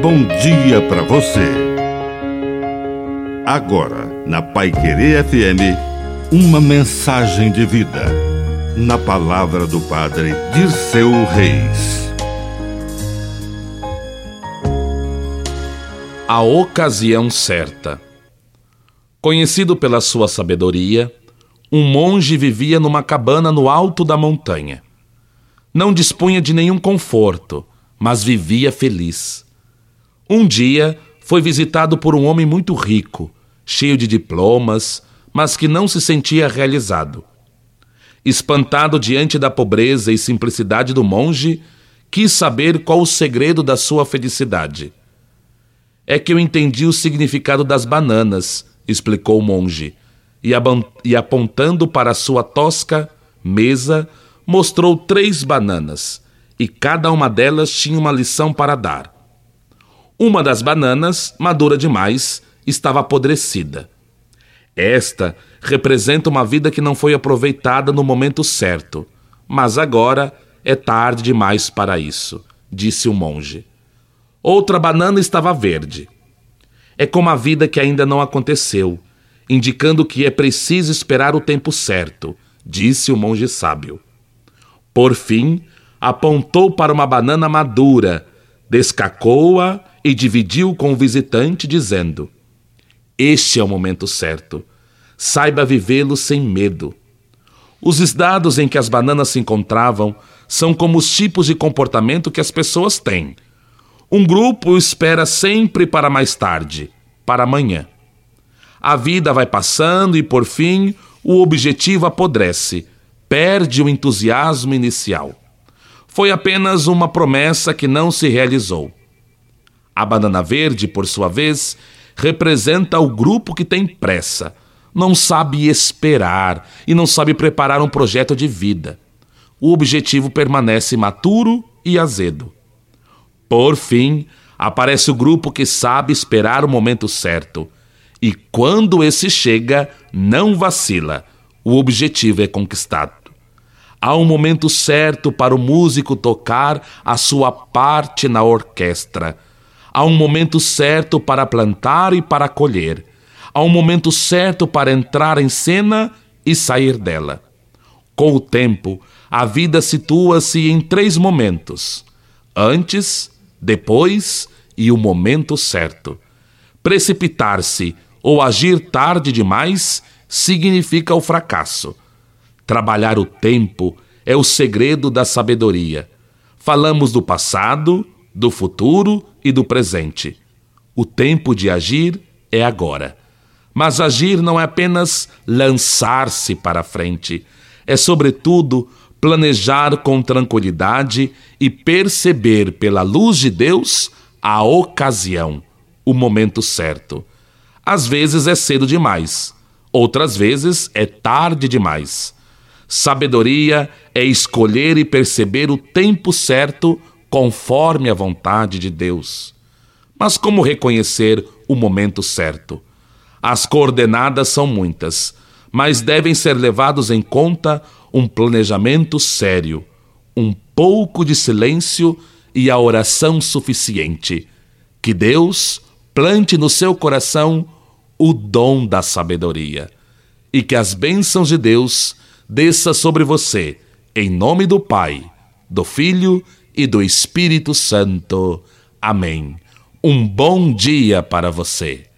bom dia para você. Agora, na Paiquerê FM, uma mensagem de vida. Na palavra do Padre Dirceu Reis. A ocasião certa. Conhecido pela sua sabedoria, um monge vivia numa cabana no alto da montanha. Não dispunha de nenhum conforto, mas vivia feliz. Um dia foi visitado por um homem muito rico, cheio de diplomas, mas que não se sentia realizado. Espantado diante da pobreza e simplicidade do monge, quis saber qual o segredo da sua felicidade. "É que eu entendi o significado das bananas", explicou o monge, e apontando para a sua tosca mesa, mostrou 3 bananas, e cada uma delas tinha uma lição para dar. Uma das bananas, madura demais, estava apodrecida. Esta representa uma vida que não foi aproveitada no momento certo, mas agora é tarde demais para isso, disse o monge. Outra banana estava verde. É como a vida que ainda não aconteceu, indicando que é preciso esperar o tempo certo, disse o monge sábio. Por fim, apontou para uma banana madura, descacou-a e dividiu com o visitante, dizendo: "Este é o momento certo. Saiba vivê-lo sem medo." Os estados em que as bananas se encontravam são como os tipos de comportamento que as pessoas têm. Um grupo espera sempre para mais tarde, para amanhã. A vida vai passando e, por fim, o objetivo apodrece, perde o entusiasmo inicial. Foi apenas uma promessa que não se realizou. A banana verde, por sua vez, representa o grupo que tem pressa, não sabe esperar e não sabe preparar um projeto de vida. O objetivo permanece imaturo e azedo. Por fim, aparece o grupo que sabe esperar o momento certo. E quando esse chega, não vacila. O objetivo é conquistado. Há um momento certo para o músico tocar a sua parte na orquestra. Há um momento certo para plantar e para colher. Há um momento certo para entrar em cena e sair dela. Com o tempo, a vida situa-se em 3 momentos: antes, depois e o momento certo. Precipitar-se ou agir tarde demais significa o fracasso. Trabalhar o tempo é o segredo da sabedoria. Falamos do passado, do futuro e do presente. O tempo de agir é agora. Mas agir não é apenas lançar-se para frente. É, sobretudo, planejar com tranquilidade e perceber pela luz de Deus a ocasião, o momento certo. Às vezes é cedo demais, outras vezes é tarde demais. Sabedoria é escolher e perceber o tempo certo conforme a vontade de Deus. Mas como reconhecer o momento certo? As coordenadas são muitas, mas devem ser levados em conta um planejamento sério, um pouco de silêncio e a oração suficiente. Que Deus plante no seu coração o dom da sabedoria e que as bênçãos de Deus desça sobre você, em nome do Pai, do Filho e do Espírito Santo. Amém. Um bom dia para você.